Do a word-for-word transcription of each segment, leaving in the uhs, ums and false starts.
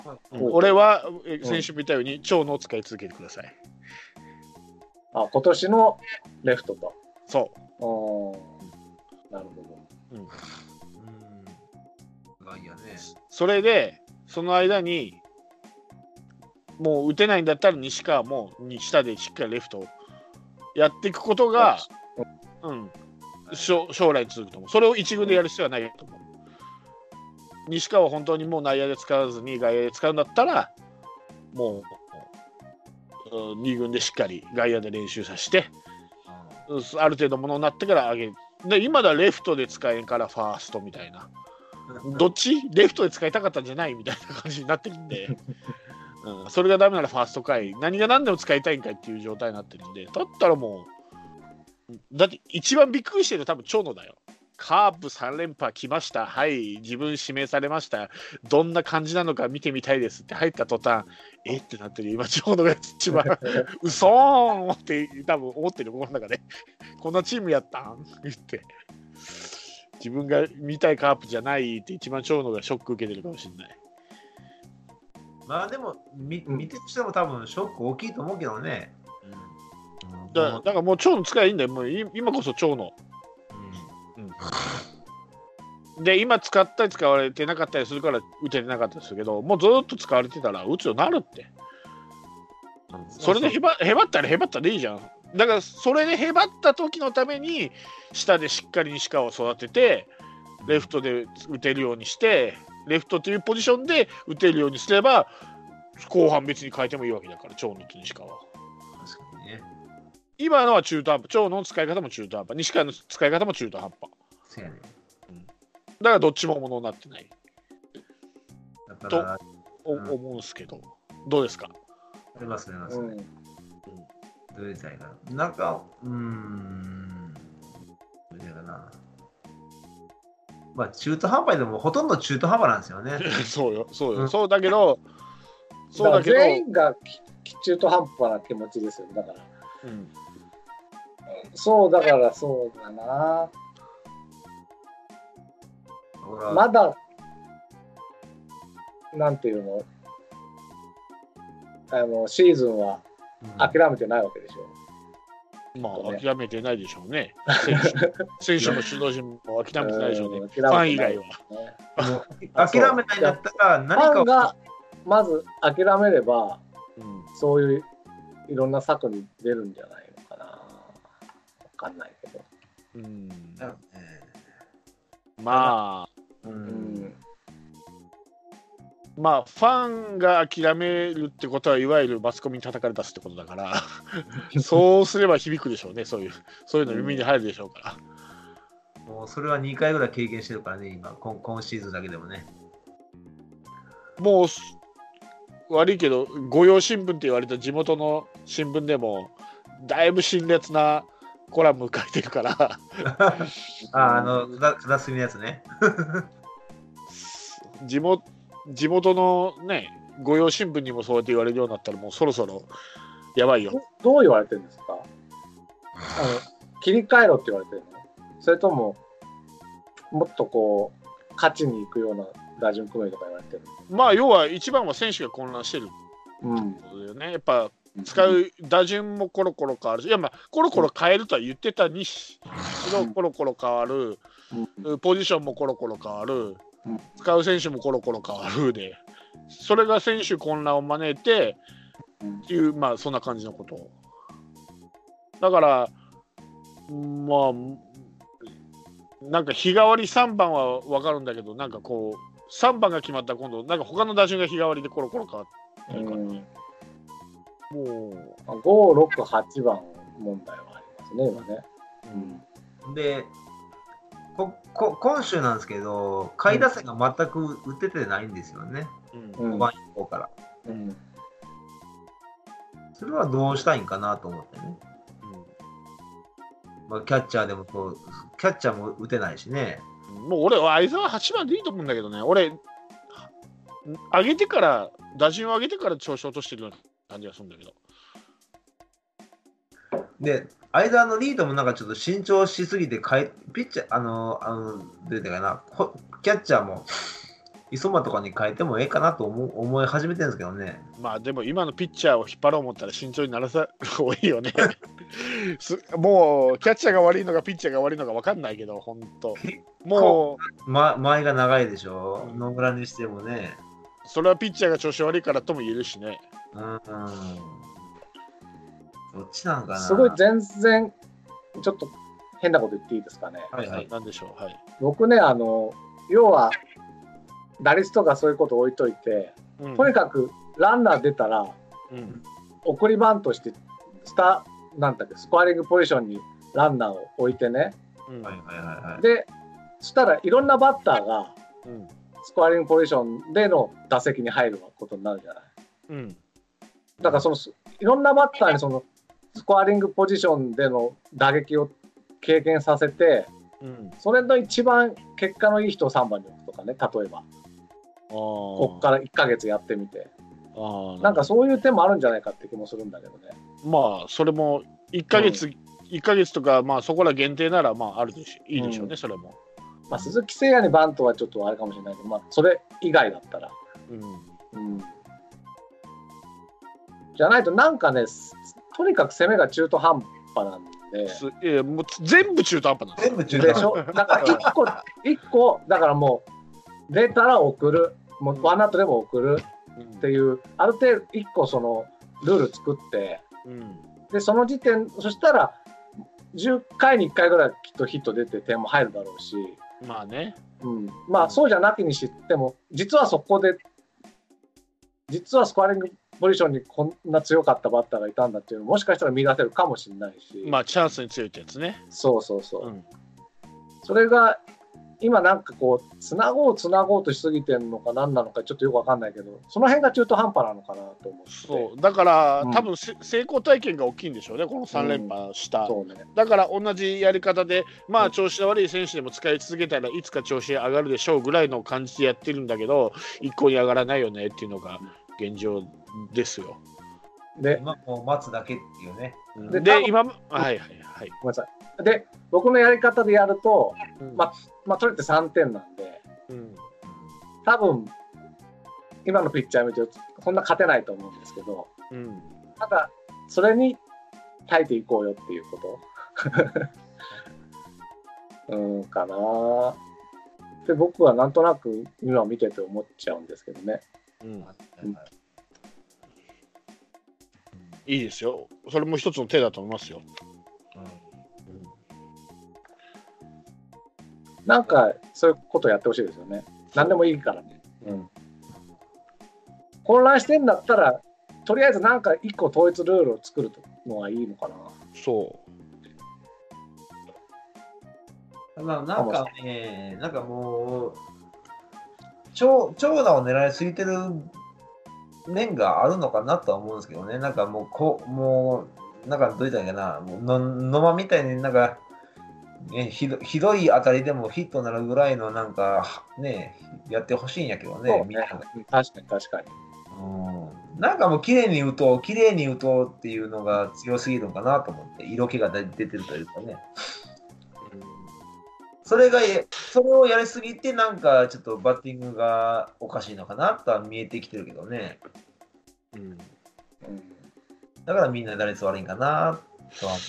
うん、俺は先週見たように長野を使い続けてください。 あ、今年のレフトと。 そう。 あ、なるほど。うん。うん。 まあいいよね。 それでその間にもう打てないんだったら西川も下でしっかりレフトをやっていくことが、うん、将来続くと思う。それを一軍でやる必要はないと思う。西川は本当にもう内野で使わずに外野で使うんだったらもうに軍でしっかり外野で練習させて、ある程度ものになってから上げる。で今だレフトで使えんからファーストみたいな、どっちレフトで使いたかったんじゃないみたいな感じになってるんで、うん、それがダメならファーストかい、何が何でも使いたいんかいっていう状態になってるんで、だったらもうだって一番びっくりしてるの多分長野だよ。カープさん連覇来ました、はい自分指名されました、どんな感じなのか見てみたいですって入った途端えってなってる今長野が一番うそーんって多分思ってる心の中でこんなチームやったん言って自分が見たいカープじゃないって一番長野がショック受けてるかもしれない。 まあでも 見, 見てる人も多分ショック大きいと思うけどね、 うん、だ, だからもう長野使えばいいんだよ、もう今こそ長野、うん、で今使ったり使われてなかったりするから打ててなかったですけど、もうずっと使われてたら打つようになるって、うん、それでへば、へばったらへばったでいいじゃん。だからそれでへばった時のために下でしっかり西川を育ててレフトで打てるようにして、レフトというポジションで打てるようにすれば後半別に変えてもいいわけだから、長野と西川は。 確かにね。 今のは中途半端、長野の使い方も中途半端、西川の使い方も中途半端。 そうやね、 うん、だからどっちもものになってないと、うん、思うんですけど、どうですか？ ありますね、ありますね。うん、どういう使い方？なんか、うーん、どういうかな。まあ中途半端でもほとんど中途半端なんですよね。 そうよ、そうよ、うん、そうだけど、そうだけど全員が中途半端な気持ちですよ、だから。うん、そうだからそうだな。まだなんていうの、あのシーズンは諦めてないわけでしょ。 うん、まあ、ね、諦めてないでしょうね。選手も首脳陣も諦めてないでしょうね。ファン以外は。 諦めないんだったら何かファンがまず諦めれば、うん、そういういろんな策に出るんじゃないのかな。わかんないけど。うん、 まあ、うん、まあファンが諦めるってことはいわゆるマスコミに叩かれ出すってことだからそうすれば響くでしょうね。そういうそういうの耳に入るでしょうから、 うん、もうそれはにかいぐらい経験してるからね、今 今, 今シーズンだけでもね。 もう悪いけど御用新聞って言われた地元の新聞でもだいぶ辛辣なコラム書いてるからああの片隅のやつね地元地元のね御用新聞にもそうやって言われるようになったらもうそろそろやばいよ。 どう言われてるんですか？あの切り替えろって言われてるの？それとももっとこう勝ちに行くような打順組めとか言われてるの？ まあ要は一番は選手が混乱してるってことだよね、うん、やっぱ使う打順もコロコロ変わるし、いやまあコロコロ変えるとは言ってたにしろコロコロ変わる、うん、ポジションもコロコロ変わる、うん、使う選手もコロコロ変わるで、それが選手混乱を招いてっていう、まあそんな感じのことだから、まあなんか日替わりさんばんは分かるんだけど、なんかこうさんばんが決まったら今度なんか他の打順が日替わりでコロコロ変わってるから、うん、もうご、ろく、はちばん問題はありますね今ね、 うん、でここ今週なんですけど下位打線が全く打ててないんですよね、うん、ごばん以降から、うん、それはどうしたいんかなと思ってね、うん、まあ、キャッチャーでもこうキャッチャーも打てないしね。 もう俺相澤はちばんでいいと思うんだけどね。俺上げてから打順を上げてから調子落としてるような感じがするんだけど。 で相澤のリードもなんかちょっと慎重しすぎてかいピッチャーあのあの出てかなキャッチャーも磯間とかに変えてもええかなと思う思い始めてるんですけどね。 まあでも今のピッチャーを引っ張ろう思ったら慎重にならさ方がいいよねすもうキャッチャーが悪いのかピッチャーが悪いのか分かんないけど、本当もう、ま、前が長いでしょ、野村にしてもね。 それはピッチャーが調子悪いからとも言えるしね。 うん。どっちなんかな。 すごい全然ちょっと変なこと言っていいですかね。 はいはい。 なんでしょう。はい。 僕ね、あの要は打率とかそういうこと置いといて、うん、とにかくランナー出たら、うん、送りバントしてスタなんだっけスコアリングポジションにランナーを置いてね、うん、でそしたらいろんなバッターがスコアリングポジションでの打席に入ることになるじゃない、うん、だからそのいろんなバッターにそのスコアリングポジションでの打撃を経験させて、うん、それの一番結果のいい人をさんばんに置くとかね、例えばこっからいっかげつやってみて、あなんかそういう手もあるんじゃないかって気もするんだけどね。 まあそれもいっかげつ、うん、いっかげつとかまあそこら限定ならまああるでしいいでしょうね、うん、それも。 まあ鈴木誠也にバントはちょっとあれかもしれないけど、まあそれ以外だったら、うんうん、じゃないとなんかね、とにかく攻めが中途半端なんで、 いやもう全部中途半端なんです。 全部中途半端でしょ。だからいっこいっこだからもう出たら送る、もうワンアウトでも送るっていう、うん、ある程度いっこそのルール作って、うん、でその時点そしたらじゅっかいにいっかいぐらいきっとヒット出て点も入るだろうし、 まあね、 うん、まあそうじゃなきにしても実はそこで実はスコアリングポジションにこんな強かったバッターがいたんだっていうのももしかしたら見出せるかもしれないし、 まあチャンスに強いってやつね。 そうそうそう、うん、それが今なんかこうつなごうつなごうとしすぎてるのか何なのかちょっとよく分かんないけど、その辺が中途半端なのかなと思って。 そうだから、うん、多分成功体験が大きいんでしょうね、このさん連覇した、うんそうね、だから同じやり方でまあ調子の悪い選手でも使い続けたらいつか調子上がるでしょうぐらいの感じでやってるんだけど、一向に上がらないよねっていうのが現状ですよ。 で今もう待つだけっていうね。 で, で今はいはいはい。 ごめんなさい。で僕のやり方でやると、うん、まあまあ取れてさんてんなんで、うん、多分今のピッチャー見てそんな勝てないと思うんですけど、うん、ただそれに耐えていこうよっていうことうんかなって僕はなんとなく今見てて思っちゃうんですけどね。うんうん、 いいですよ。それも一つの手だと思いますよ。 なんかそういうことやってほしいですよね。何でもいいからね、うん。混乱してんだったらとりあえずなんか一個統一ルールを作るのはいいのかな。 そう。 まあなんかね、なんかもう長長打を狙いすぎてる面があるのかなとは思うんですけどね。なんかもうこもうなんかどう言ったらいいかな、もうの野間みたいになんか。ね、ひどひどい当たりでもヒットになるぐらいのなんかねやってほしいんやけど ね, ねみんな確かに確かに、 うん、なんかもう綺麗に打とう綺麗に打とうっていうのが強すぎるのかなと思って、色気が出てるというかね、うん、それがそれをやりすぎてなんかちょっとバッティングがおかしいのかなとは見えてきてるけどね、うんうん、だからみんな打率悪いんかなとは思って。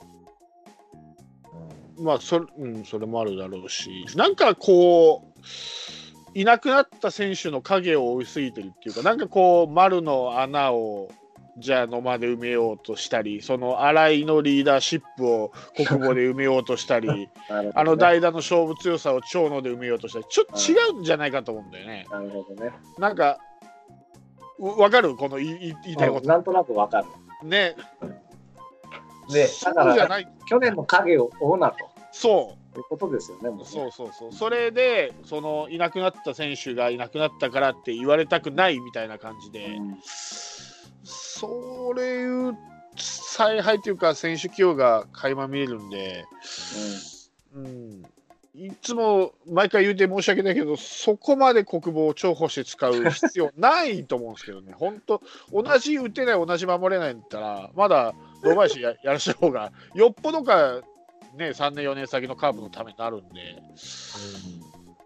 まあそれ、うん、それもあるだろうし、なんかこういなくなった選手の影を追いすぎてるっていうか、なんかこう丸の穴をじゃあ野間で埋めようとしたり、その新井のリーダーシップを国母で埋めようとしたり、ね、あの代打の勝負強さを長野で埋めようとしたり、ちょっと違うんじゃないかと思うんだよね。 なるほどね。 なんかわかるこの言い、言いたいこと。 なんとなくわかる。 ね。 で、だから去年の影を追うなと。 そう。 いうことですよね。もうね。 そうそうそう。それでそのいなくなった選手がいなくなったからって言われたくないみたいな感じで、うん、それいう采配というか選手起用が垣間見えるんで、うんうん、いつも毎回言うて申し訳ないけど、そこまで国防を重宝して使う必要ないと思うんですけどね。本当同じ打てない同じ守れないんだったらまだ堂林 や, やらした方がよっぽどかね、さんねんよねん先のカーブのためになるんで、うん、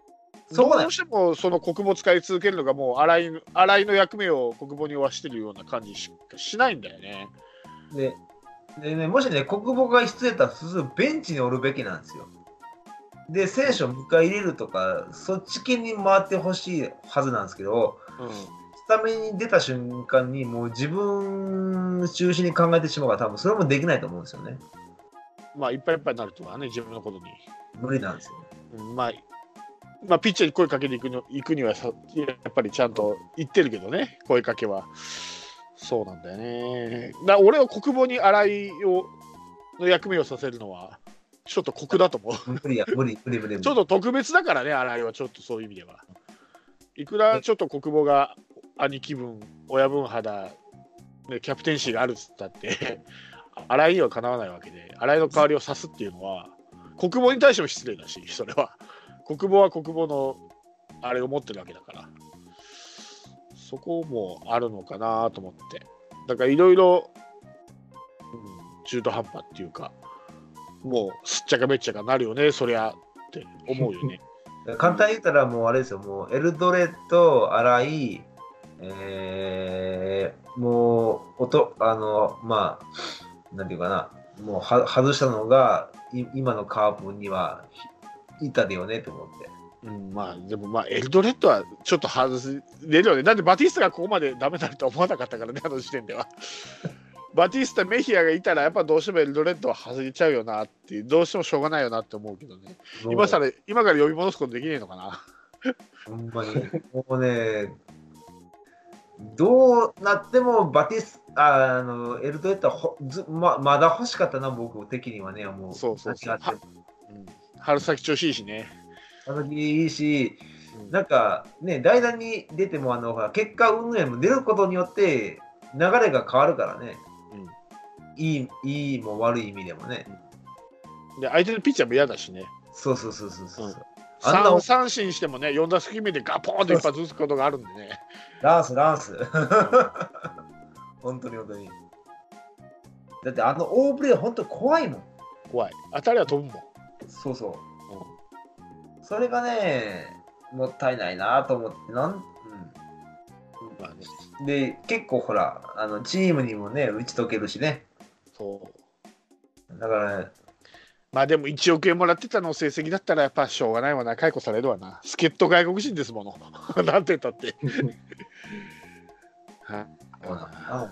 どうしてもその国母使い続けるのがもう新井、新井の役目を国母に負わしてるような感じしかしないんだよね。 で、でね、もしね、国母が必要だったら普通ベンチにおるべきなんですよ。で、選手を迎え入れるとか、そっち系に回ってほしいはずなんですけど、うん、スタメンに出た瞬間にもう自分中心に考えてしまうから、多分それもできないと思うんですよね。 まあ、いっぱいいっぱいになるとはね、自分のことに。 無理なんですよ、 ね。うん、まあ、まあ、ピッチャーに声かけていくの行くにはさ、やっぱりちゃんと言ってるけどね、声かけは。そうなんだよね。だ俺は国母に新井をの役目をさせるのは、ちょっと酷だと思う。 無理や、無理、無理、無理。 ちょっと特別だからね、新井はちょっとそういう意味では。いくらちょっと国母が兄貴分、親分肌、ね、キャプテンシーがあるっつったって、新井にはかなわないわけで、新井の代わりをさすっていうのは、国母に対しても失礼だし、それは。国母は国母のあれを持ってるわけだから、そこもあるのかなと思って。だからいろいろ中途半端っていうか、もうすっちゃかめっちゃかなるよね、そりゃって思うよね。 簡単に言ったらもうあれですよ、もうエルドレッド、新井、えー、もう音あのまあなんていうかな、もうは外したのが今のカープにはいたでよねと思って。 うん、まあでもまあエルドレッドはちょっと外れるよね。だってバティスタがここまでダメだとは思わなかったからね、あの時点では。バティスタ、メヒアがいたらやっぱどうしてもエルドレッドは外れちゃうよなっていう、どうしてもしょうがないよなって思うけどね。今さら今から呼び戻すことできねえのかな。 ほんまにもうね、どうなってもバティスああのエルドレッドはほず ま, まだ欲しかったな、僕的にはね。もうそうそうそう、は、うん、春先調子いいしね。 春先いいし、うん、なんかね、代打に出てもあの結果運営も出ることによって流れが変わるからね。うん、いいいいも悪い意味でもね。 うん、で相手のピッチャーも嫌だしね。 そうそうそうそうそう。うん、 あんな三振してもね、よん打席目でガポーンと一発打つことがあるんでね。 ランス、ランス。本当に本当に。だってあの大プレー本当に怖いもん。 怖い。当たりは飛ぶもん。 そうそう。うん、それがね、もったいないなと思って、なん、うんまあね、で、結構ほら、あのチームにもね、打ち解けるしね。 そう。 だから、ね、 まあでもいちおくえんもらってたの成績だったらやっぱしょうがないわな、解雇されるわな。助っ人外国人ですもの。なんて言ったって。はあ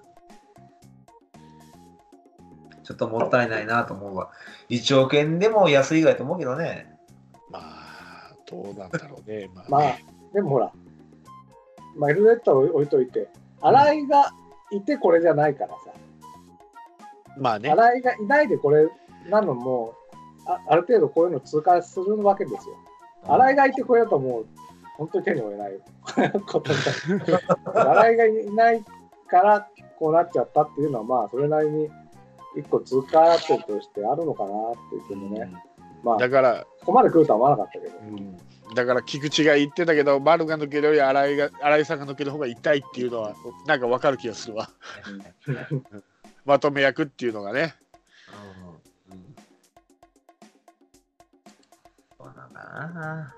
ちょっともったいないなと思うわ。いちおくえんでも安いぐらいと思うけどね。 まあ、どうなんだろうね。まあ、ねまあ、でもほら、まあ、エルドレッドは置いといて、新井がいてこれじゃないからさ。 うん、まあね。 新井がいないでこれなのもあ、ある程度こういうの通過するわけですよ。新井がいてこれだともう、本当に手に負えないことになる。新井がいないからこうなっちゃったっていうのは、まあ、それなりに一個通過点としてあるのかなっていうけどね。うん、まあ、 だからここまで来るとは思わなかったけど。 うん、だから菊池が言ってたけど、丸が抜けるより新井が新井さんが抜ける方が痛いっていうのは、なんか分かる気がするわ。まとめ役っていうのがね。うん、 そうなんだな。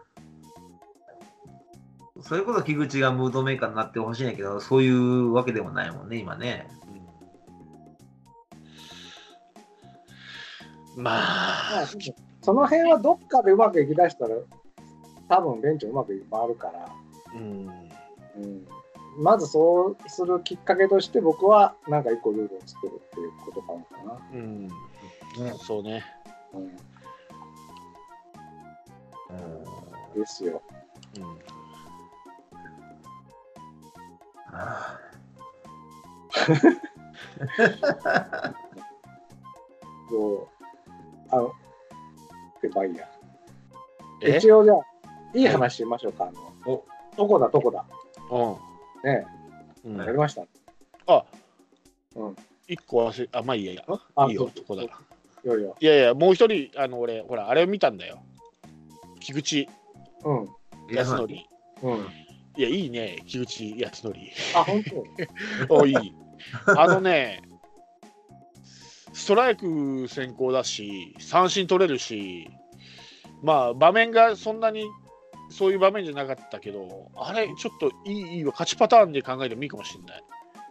それこそ菊池がムードメーカーになってほしいんやけど、そういうわけでもないもんね、今ね。 うん、まあ、 その辺はどっかでうまくいきだしたら、多分ベンチもうまく回るから、うんうん、まずそうするきっかけとして、僕はなんか一個ルールを作るっていうことかな。うん、 ね、そうね。うん、 ですよ。うんそうあのでまあいいや。一応じゃあいい話しましょうか。あのおどこだどこだ。うん。ねえ、うん、やりました。 あ、うん。一個忘れあまあいいやいや。 あいいよどこだ。いやいやいやいやもう一人あの俺ほらあれを見たんだよ。菊池。うん。安則。うん。いや、いいね、木口康則。 あ、本当おいい。あのね、ストライク先行だし、三振取れるし、まあ、場面がそんなにそういう場面じゃなかったけど、あれちょっといいいいわ、勝ちパターンで考えてもいいかもしれない。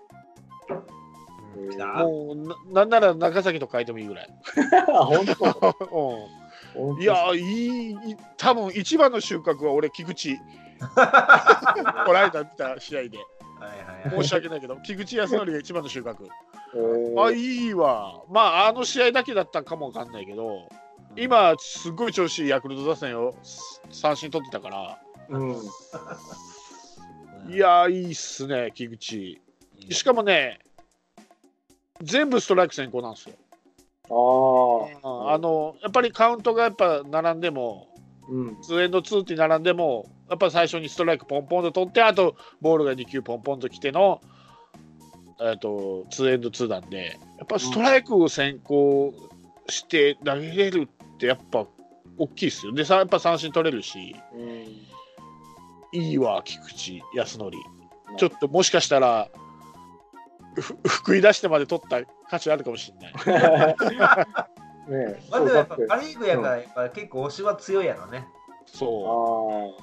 もう な, なんなら中崎と変えてもいいぐらい。 本当うん、いやいい多分一番の収穫は俺菊池この間見た試合ではいはい、はい、申し訳ないけど菊池康則が一番の収穫あいいわまああの試合だけだったかもわかんないけど、うん、今すごい調子いいヤクルト打線よ三振取ってたから、うん、いやいいっすね菊池しかもね全部ストライク先行なんですよ。ああのやっぱりカウントがやっぱ並んでも、うん、ツーエンドツーって並んでもやっぱ最初にストライクポンポンと取ってあとボールがに球ポンポンときての、えー、とツーエンドツーなんでやっぱストライクを先行して投げれるってやっぱ大きいですよ。でさやっぱ三振取れるし、うん、いいわ菊池康則、うん、ちょっともしかしたら福井出してまで取った価値あるかもしれない。 ねえまあ、でもやっぱパ・リーグやからやっぱ結構推しは強いやろね。 そう。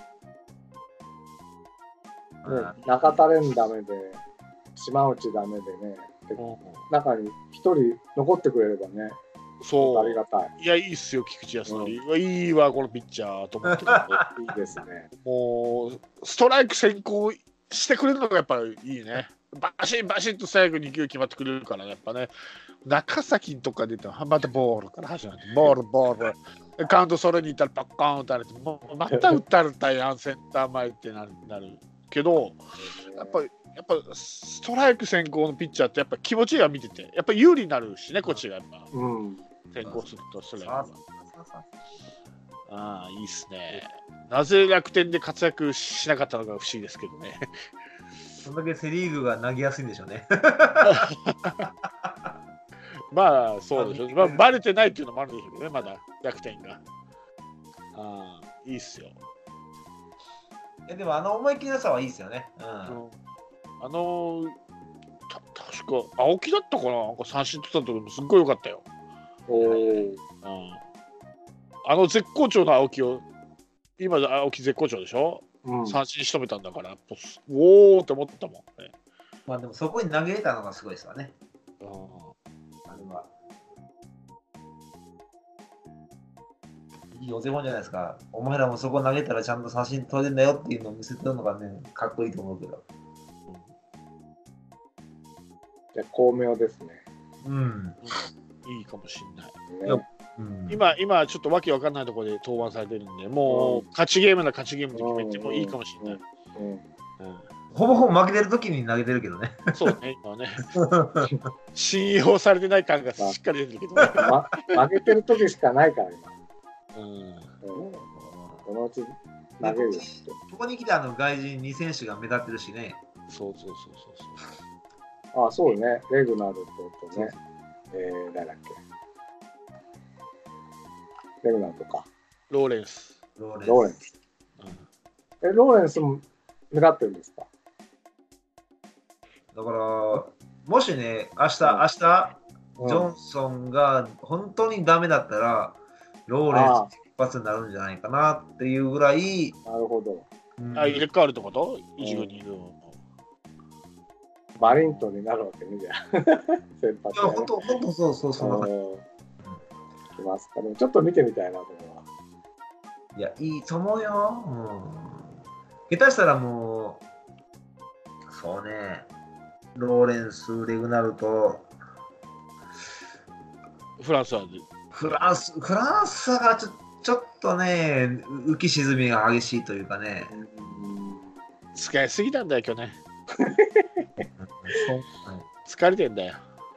あね、中田蓮ダメで島内ダメでね、中に一人残ってくれればね。 そう。 ありがたい。 いやいいっすよ菊池康則、うん。いいわこのピッチャーと思ってる。 いいですね。 もうストライク先行してくれるのがやっぱりいいね。バシンバシンと最後に球決まってくれるからやっぱね中崎とか出てまたボールから始まってボールボールカウントそれにいったらパッカーン打たれてもうまた打たれたやんセンター前ってなる、なるけどやっぱりやっぱストライク先行のピッチャーってやっぱ気持ちいいが見ててやっぱ有利になるしねこっちがやっぱ、うん、先行するとストライクはああいいっすね。なぜ楽天で活躍しなかったのか不思議ですけどね。 そんだけセ・リーグが投げやすいんでしょうね。 まあそうでしょう、まあ、バレてないっていうのもあるんでしょうけどねまだ楽天が。ああいいっすよ。 いやでもあの思い切りのさはいいっすよね。うん、 あのた確か青木だったかななんか三振取った時もすっごい良かったよ。おー、うん、あの絶好調の青木を今青木絶好調でしょ。うん、三振仕留めたんだからおーって思ったもんね。 まあでもそこに投げれたのがすごいですわね。ああれはいいお手本じゃないですか。お前らもそこ投げたらちゃんと三振取れるんだよっていうのを見せてるのがねかっこいいと思うけど。うん、 じゃあ巧妙ですね。 うん、うん、いいかもしんない。ねうん、今、今ちょっとわけわかんないところで登板されてるんで、もう、うん、勝ちゲームな勝ちゲームで決めてもいいかもしれない。うんうんうん、 ほぼほぼ負けてる時に投げてるけどね。 そうね、今ね。信用されてない感がしっかり出てるけどね。 ま、負けてる時しかないから今。うん。うん、このうち投げる。 ここに来てあの外人に選手が目立ってるしね。 そうそうそうそうそう。あ、そうね。レグナルドとね。えー、誰だっけ。レグナルドか。 ローレンス。 ローレンス。ローレンス。うん、え、ローレンスも目立ってるんですか。 だからもしね明日、うん、明日、うん、ジョンソンが本当にダメだったらローレンス一発になるんじゃないかなっていうぐらい。 なるほど。 うん、あ入れ替わるってこと？一軍にいる。 マリントンになるわけねじゃあ。先発、ね。いや本当本当そうそうそう。 きますかね。ちょっと見てみたいなと思うわ。 いやいいと思うよ。うん、下手したらもうそうね。ローレンス、レグナルト、 フランスはフランス、フランスがちょ、ちょっとね、浮き沈みが激しいというかね。 使いすぎたんだよ、去年。疲れてんだよ。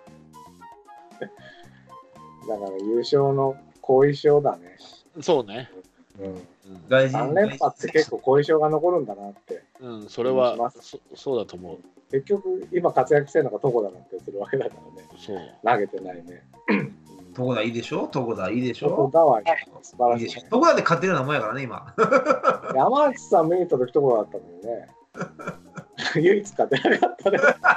だから優勝の後遺症だね。 そうね。 うん、さん連覇って結構後遺症が残るんだなって。 うん、それは そ, そうだと思う。 結局今活躍してるのがトコダなんてするわけだからね。そう投げてないね。 トコダいいでしょ。トコダいいでしょ。 トコダは素晴らしい、ね。 トコダで勝ってるようなもんやからね今。 山内さん見に行った時トコダだったのにね。唯一勝てなかったね。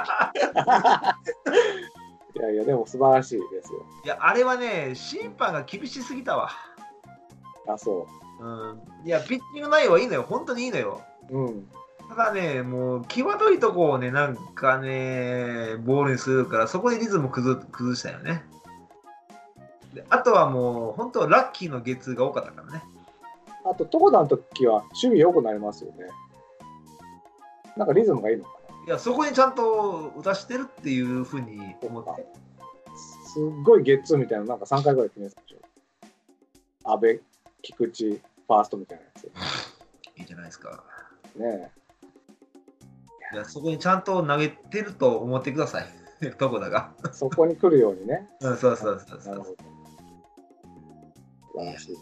いやいやでも素晴らしいですよ。 いやあれはね審判が厳しすぎたわ。 あそうん、いや、ピッチング内容はいいのよ、本当にいいのよ。うん、ただね、もう、際どいとこをね、なんかね、ボールにするから、そこでリズム崩崩したよね。であとはもう、本当、ラッキーのゲッツーが多かったからね。 あと、床田の時は守備良くなりますよね。なんかリズムがいいのかな。 いや、そこにちゃんと打たしてるっていうふうに思って。 すっごいゲッツーみたいな、なんかさんかいぐらい決めてたでしょ。阿部、菊池、ファーストみたいなやつ。 いいじゃないですか。 ねえ。いや、そこにちゃんと投げてると思ってください。床田が。 そこに来るようにね。 うん、そうそうそうそう。なるほど。 素晴らしい。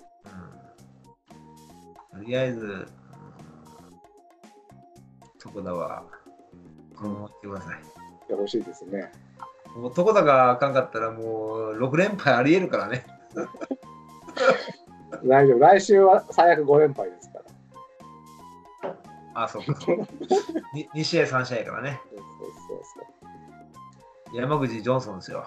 うん、とりあえず、床田は、このまま来てください。 いや、欲しいですね。 もう床田があかんかったら、もうろく連敗ありえるからね。 大丈夫。来週は最悪ご連敗ですから。 あ、そうか。に試合さん試合からね。そうそうそうそう。山口ジョンソンですよ。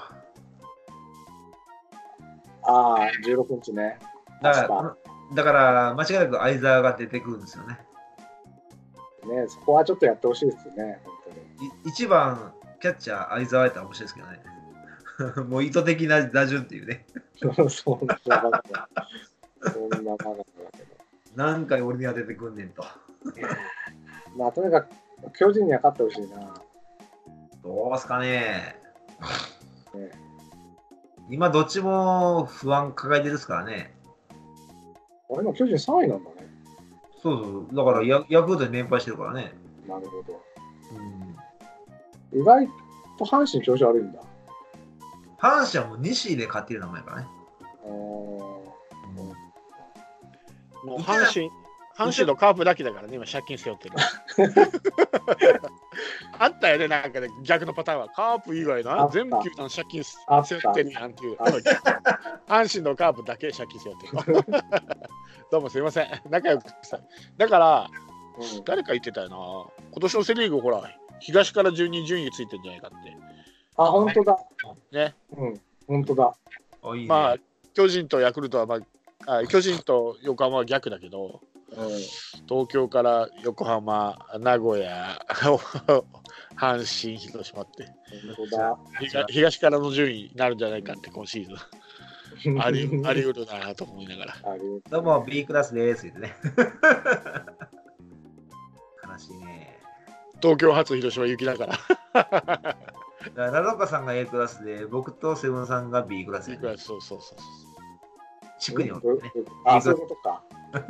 ああ、じゅうろくにちね。 だから、だから間違いなく相澤が出てくるんですよね。 ね、そこはちょっとやってほしいですね、本当に。 いちばんキャッチャー相澤やったら面白いですけどね。もう意図的な打順っていうね。 そんなバカだ。そんなバカだけど。 何回俺には出てくんねんと。 まあとにかく巨人には勝ってほしいな。 どうすかね。ね、今どっちも不安抱えてるですからね。 俺も巨人さんいなんだね。 そうそう。だからヤヤクルトに連敗してるからね。 なるほど。うん、意外と阪神調子悪いんだ。 阪神はもう西で勝ってる名前からね。 もう阪神、阪神のカープだけだからね、今借金背負ってる。あったよね、なんかね、逆のパターンは。カープ以外な、全部球団借金背負ってるやんっていう。阪神のカープだけ借金背負ってる。どうもすいません、仲良くさ。だから、うん、誰か言ってたよな、今年のセ・リーグ、ほら、東から順に順位ついてるんじゃないかって。 あ、本当だ。 ね。 うん、本当だ。 いいね、 まあ、巨人とヤクルトは、まあ、あ巨人と横浜は逆だけど、うん、東京から横浜、名古屋、阪神、広島って、 本当だ。 東、東からの順位になるんじゃないかって、今シーズン。ありありうるなと思いながら。 どうも B クラスですってね。悲しいね。 東京発広島行きだから。 ラロカさんが A クラスで、僕とセブンさんが B クラス、ね。 B クラス、そうそうそうそう。 地区におってね。 あ、そういうことか。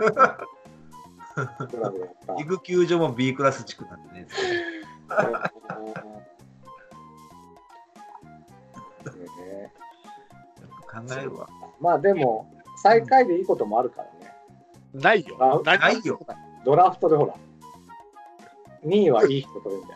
育球場も B クラス地区なんでね。考えるわ。 まあでも、最下位でいいこともあるからね。 ないよ。 ないよ。 ドラフトでほら、にいはいい人取るんだ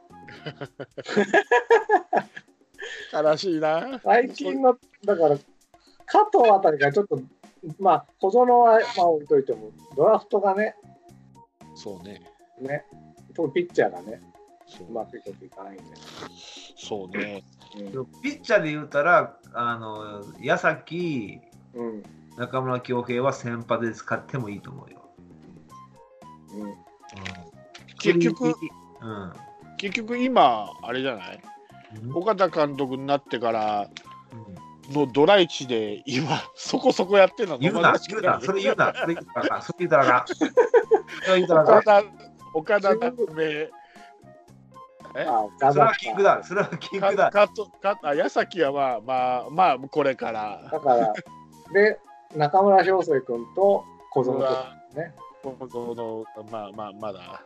よ。悲しいな。 最近の、だから、加藤あたりがちょっと、まあ、小園はまあ置いといても、ドラフトがね、 そうね。 ね、特にピッチャーがね、うまくいかないんで。 そうね。 うん、ピッチャーで言うたら、あの矢崎、うん、中村恭平は先発で使ってもいいと思うよ。 うんうん、結局、うん、結局今、あれじゃない、うん、岡田監督になってからのドライチで今、そこそこやってるの言うな、言うな、それ言うな、それ言ったらそれ言ったらそれ言ったら岡田、 岡田拓明。 えあそれはキングだ。それはキングだ。 かかか矢崎はまあまあまあこれから。 だからで中村翔成君と小園とね。 小園まあまあまだ。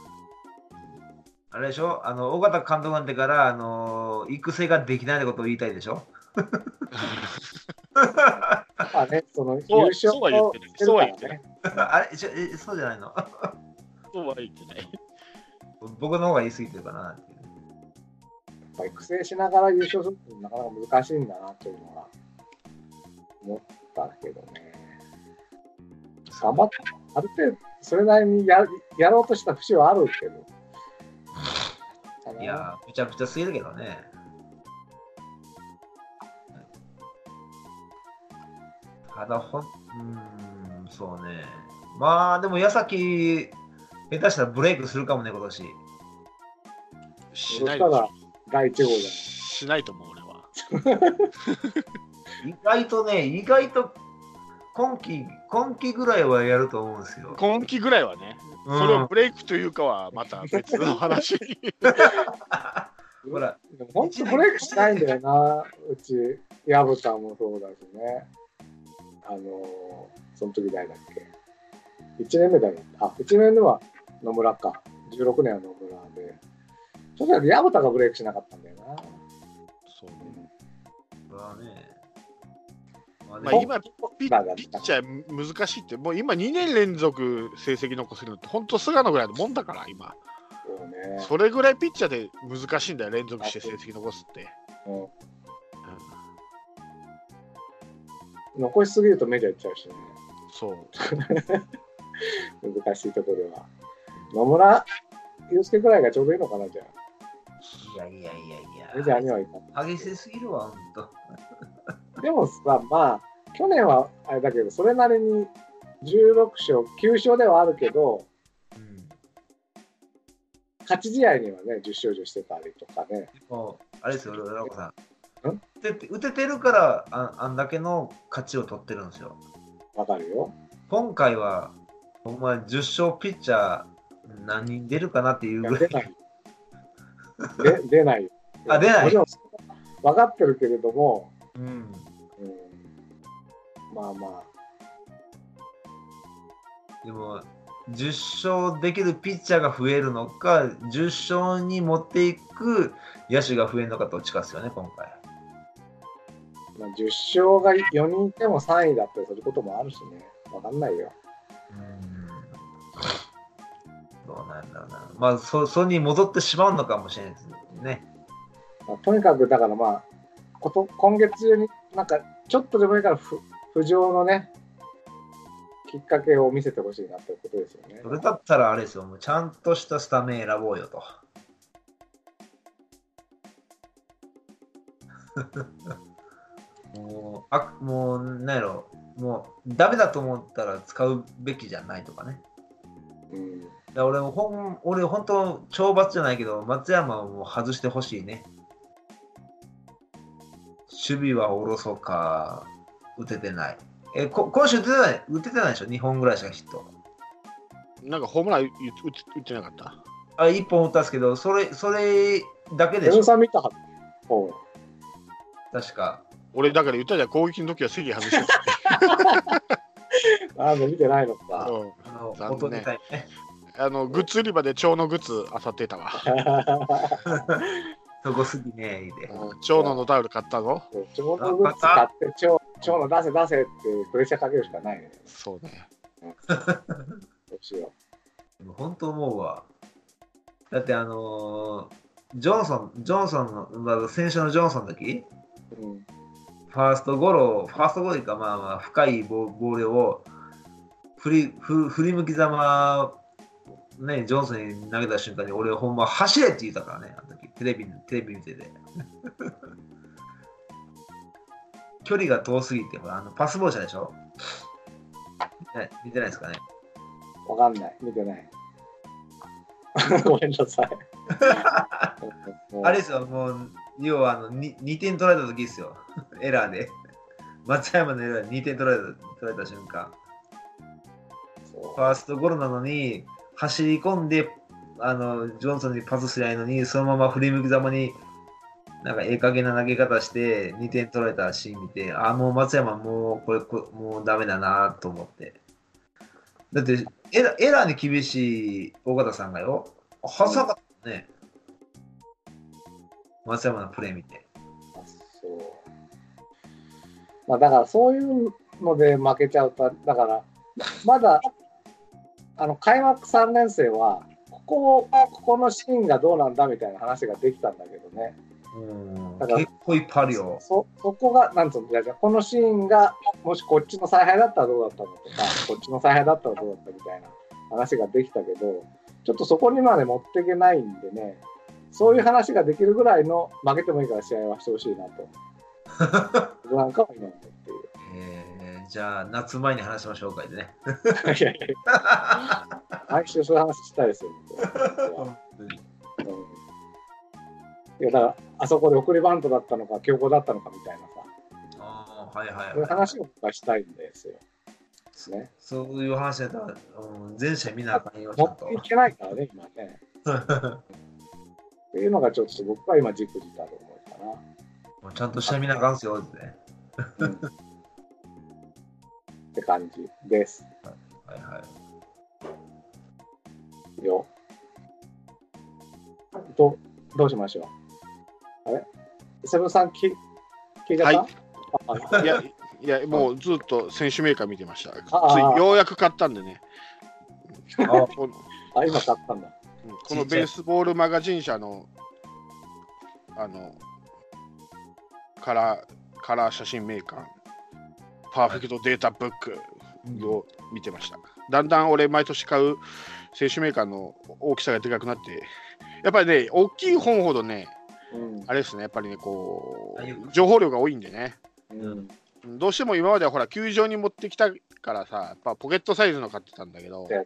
あれでしょ、あの尾形監督なんてからあの育成ができないってことを言いたいでしょ。 まあね、その優勝そうは言ってない。そうは言ってない。 あれえそうじゃないの。 そうは言ってない。 僕の方が言い過ぎてるかなっていう。 やっぱ育成しながら優勝するってなかなか難しいんだなというのは思ったけどね。頑張ってある程度それなりに や, やろうとした節はあるけど。 いやめちゃくちゃすぎるけどね。ただほんうんそうね。まあでも矢崎下手したらブレイクするかもね今年。 しないでしょ。 だいいち号じゃない。 しないと思う俺は。 意外とね、意外と今季今季ぐらいはやると思うんですよ。 今季ぐらいはね。うん、それをブレイクというかはまた別の話。 ほら、本当ブレイクしないんだよな。うち薮田もそうだしね。あのー、その時誰だっけ。いちねんめだよ。あ、いちねんめは野村か。じゅうろくねんは野村で。ちょっと薮田がブレイクしなかったんだよな。 そうね。 それはね。 まあ、今ピッ、ピッチャー難しいって、もう今にねん連続成績残せるのって本当菅野ぐらいのもんだから今。 そうね。 それぐらいピッチャーで難しいんだよ、連続して成績残すって。うんうん、残しすぎるとメジャー行っちゃうしね。 そう。 難しいところでは。野村祐介くらいがちょうどいいのかな、じゃあ。いやいやいやいや。 メジャーにはいかない。激しすぎるわ、ほんと。 でもさ、まあ、去年はあれだけど、それなりにじゅうろくしょう、きゅうしょうではあるけど、うん、勝ち試合にはね、じゅっしょう以上してたりとかね。 もう、あれですよ、ラコさん。ん打てて、打ててるからあ、あんだけの勝ちを取ってるんですよ。 わかるよ。 今回は、お前じゅっしょうピッチャー何人出るかなっていうぐらい。 出ない。で出ない。 あ、出ない。 分かってるけれども、 うんうん、 まあまあ。 でも、じゅっしょうできるピッチャーが増えるのか、じゅっしょうに持っていく野手が増えるのかどっちかですよね、今回。 まあ、じゅっしょうがよにんいてもさんいだったりすることもあるしね。わかんないよ。 うん。どうなんだろうな。まあ、そ、それに戻ってしまうのかもしれないですね。 まあ、とにかく、だからまあ、こと今月中になんかちょっとでもいいからふ浮上のねきっかけを見せてほしいなということですよね。 それだったらあれですよ、もうちゃんとしたスタメン選ぼうよと。もう、あ、もう、なんやろ、もう、ダメだと思ったら使うべきじゃないとかね。うん、だ俺もほん、俺、本当、懲罰じゃないけど、松山をもう外してほしいね。守備はおろそか、打ててない。え、こ今週打ててない、打ててないでしょ、にほんぐらいしかヒット。 なんかホームラン打ってなかった。 あ、いっぽん打ったんですけど、それ、それだけでしょ。 さん見たはず。 確か。 俺、だから言ったじゃん、攻撃の時は席外してた。あの、見てないのか。 あの、元ネタね。 あの、グッズ売り場で蝶のグッズあさってたわ。 そこすぎねえで。 蝶野のタオル買ったぞ。 蝶のグッズ買って蝶の出せ出せってプレッシャーかけるしかないね。 そうね。 どうしよう。でも本当思うわ。だってあのー、ジョンソン、ジョンソンの、先週のジョンソンの時、うん、ファーストゴロ、ファーストゴロか、まあまあ、深いボールを振り、振り向きざま、ね、ジョンソンに投げた瞬間に、俺はほんま走れって言ったからね、あの時、テレビ、テレビ見てて。距離が遠すぎて、ほら、あのパスボールしたでしょ、ね、見てないですかね。 わかんない、見てない。ごめんなさい。 あれですよ、もう、要はあの 2, 2点取られた時ですよ、エラーで。松山のエラーでにてん取られた、取られた瞬間。ファーストゴロなのに、走り込んで、あのジョンソンにパスしないのに、そのまま振り向きざまに、なんかええ加減な投げ方してにてん取られたシーン見て、あ、もう松山、もうこれ、こもうダメだなと思って。だってエラ、エラーに厳しい尾形さんがよ、はずなかったね。松山のプレー見て。 あ、そう。まあだからそういうので負けちゃうと、だからまだあの開幕さんねん生はここここのシーンがどうなんだみたいな話ができたんだけどね。 うん、だから結構いっぱいあるよ。 そ, そこがなんつうの、じゃこのシーンがもしこっちの采配だったらどうだったのとか、こっちの采配だったらどうだったみたいな話ができたけど、ちょっとそこにまで持っていけないんでね、そういう話ができるぐらいの負けてもいいから試合はしてほしいなと。なんかは今思っている。 えー、 じゃあ、夏前に話しましょうかいでね。 いやいや毎週そういう話したいですよ。いやだからあそこで送りバントだったのか強行だったのかみたいなさ、 ああはいはいはい、 そういう話をしたいんですよ。ね、 そういう話だったら、うん、全社見なあかんよち持ゃんと。 っていけないからね今ね。っていうのがちょっと僕は今じくじだと思うかな。 もうちゃんと下見なあかんすよってね。 うん、って感じです。 はいはいよ。どどうしましょう。あれセブンさん聞聞いてた？ はい。いやいやもうずっと選手メーカー見てました。ついようやく買ったんでね。 ああ今買ったんだ。 このベースボールマガジン社のあのカラーカラー写真メーカーパーフェクトデータブックを見てました。だんだん俺毎年買う選手メーカーの大きさがでかくなってやっぱりね大きい本ほどね、うん、あれですねやっぱりねこう情報量が多いんでね、うん、どうしても今まではほら球場に持ってきたからさやっぱポケットサイズの買ってたんだけど、ね、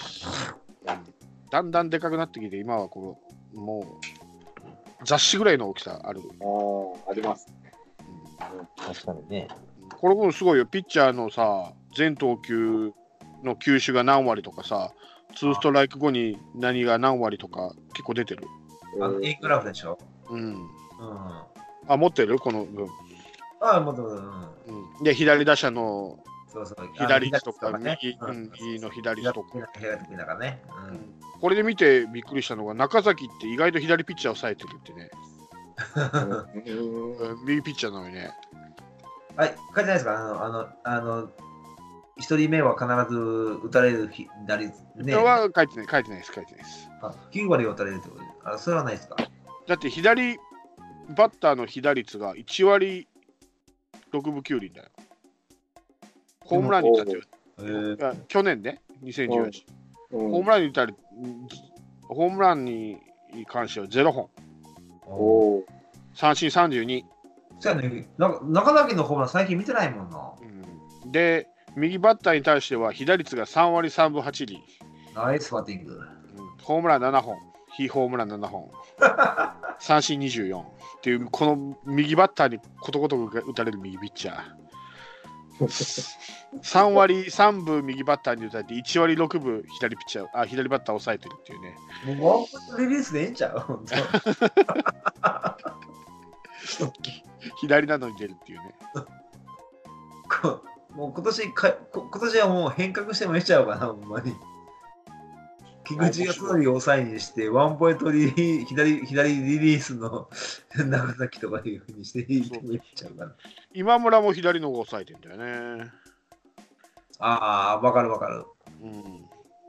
だんだんでかくなってきて今はこうもう雑誌ぐらいの大きさある。 ああります、 うん、確かにね。 これもすごいよピッチャーのさ全投球の球種が何割とかさツーストライク後に何が何割とか結構出てる。 あの A グラフでしょ。 うん、うん、あ持ってるこの分。 あ持ってる、うんうん、で左打者のそうそう左打ちとか右、うん、右の左打ちとか、 ねうん、 これで見てびっくりしたのが中崎って意外と左ピッチャーを抑えてるってね右ピッチャーなのにね。 はい、書いてないですか？あの、あの、あの一人目は必ず打たれる打率ね。は書いてない、書いてないです、書いてないです。 あ、きゅう割打たれるってことで、あ、それはないですか？ だって左バッターの被打率がいち割ろくぶきゅう厘だよ。ホームランに打ったって、えー、去年ね、にせんじゅうはち、うん、ホームランに打たれ、ホームランに関してはゼロほん。お三振さんじゅうに。 そうやね、中崎のホームラン最近見てないもんな。 うん、で、右バッターに対しては被打率がさん割さんぶはち厘。 ナイスバッティング。うん、 ホームランななほん、非ホームランななほん。三振にじゅうよんっていうこの右バッターにことごとく打たれる右ピッチャーさん割さんぶ右バッターに打たれていち割ろくぶ左ピッチャーあ左バッターを抑えてるっていうね。 もうワンポイントリリースでええんちゃう左なのに出るっていうねもう今年か今年はもう変革してもええちゃうかなほんまに。菊池が常に抑えにしてワンポイントリリー左左リリースの長崎とかいうふうにしていってもいっちゃうかな。 今村も左の方が抑えてんだよね。 ああわかるわかる。うん、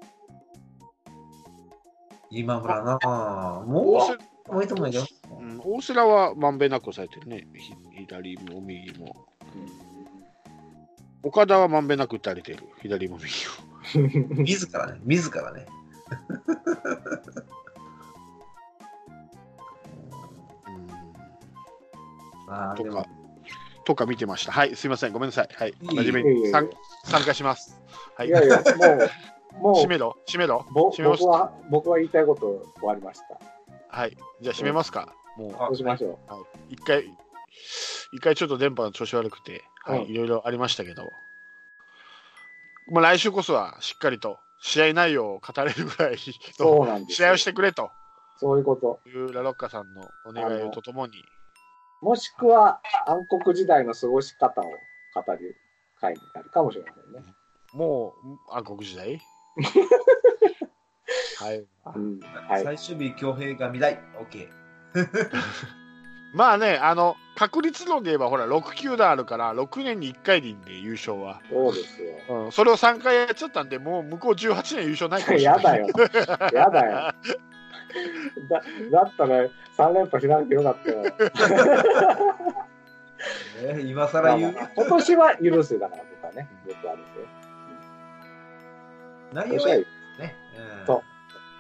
今村なもうもういいと思うよ。 うん、大瀬良はまんべんなく抑えてるね。左も右も。うん、岡田はまんべんなく打たれてる左も右も。自らね自らね。 うん、とかとか見てました。はい、すいません、ごめんなさい。はい、真面目に参加します。はい、いやいや、もう、もう、締めろ、締めろ。 僕は、僕は言いたいこと終わりました。 はい、じゃあ締めますか。 もう、そうしましょう。はい、一回、一回ちょっと電波の調子悪くて、はい、いろいろありましたけど、まあ来週こそはしっかりと試合内容を語れるぐらいの試合をしてくれと。 そういうこと。 いうラロッカさんのお願いとともに。 もしくは暗黒時代の過ごし方を語る回になるかもしれませんね。 もう暗黒時代はい、 うんはい。最終日強兵が見たい。OK。 まあね、あの確率論で言えばほらろく球団あるからろくねんにいっかいでいいんで優勝は。 そうですよ。 うん、それをさんかいやっちゃったんでもう向こうじゅうはちねん優勝ないかもしれない。 やだよ。やだよ。だ, だったらさん連覇しなくてよかったよ。 えー、今更言う、 まあまあ、今年は許すだから僕はね、僕はですよ。 何を言うね。 そう。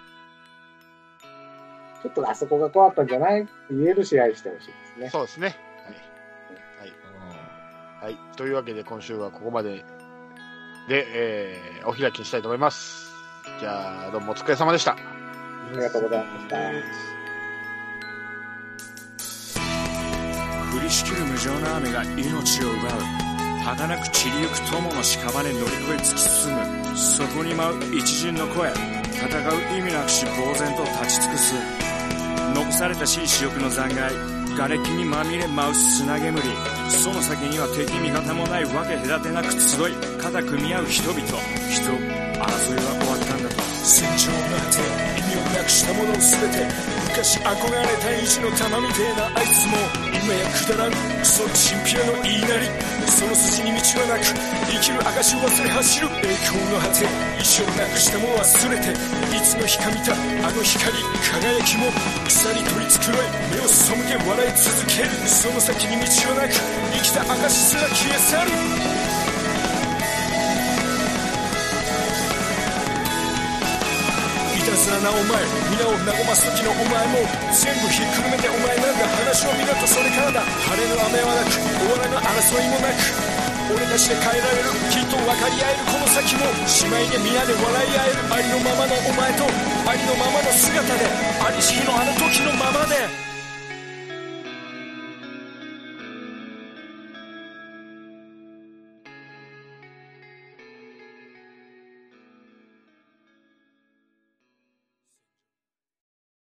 ちょっとあそこが怖かったんじゃないって言える試合してほしいですね。 そうですね。 はい、というわけで今週はここまでで、えー、お開きにしたいと思います。じゃあどうもお疲れ様でした。 ありがとうございました。 降りしきる無情な雨が命を奪う。儚く散りゆく友の屍乗り越え突き進む。そこに舞う一陣の声、戦う意味なくし呆然と立ち尽くす。残されたしい死翼の残骸、瓦礫にまみれ舞う砂煙。その先には敵味方もないわけ隔てなく集い肩組み合う人々。人争いは終わったんだと。戦場の果て、意味をなくしたものを全て、昔憧れた意地の玉みてえなあいつも今やくだらんクソチンピラの言いなり。その筋に道はなく生きる証を忘れ走る。栄光の果て、意志をなくしたもの忘れて、いつの日か見たあの光輝きも草に取り繕い目を背け笑い続ける。その先に道はなく生きた証すら消え去る。いたずらなお前、皆を和ます時のお前も全部ひっくるめてお前なんだ。話を見ろとそれからだ。晴れる雨はなく終わらぬ争いもなく、俺たちで変えられる、きっと分かり合えるこの先も。姉妹で皆で笑い合える、ありのままのお前とありのままの姿で、ありし日のあの時のままで。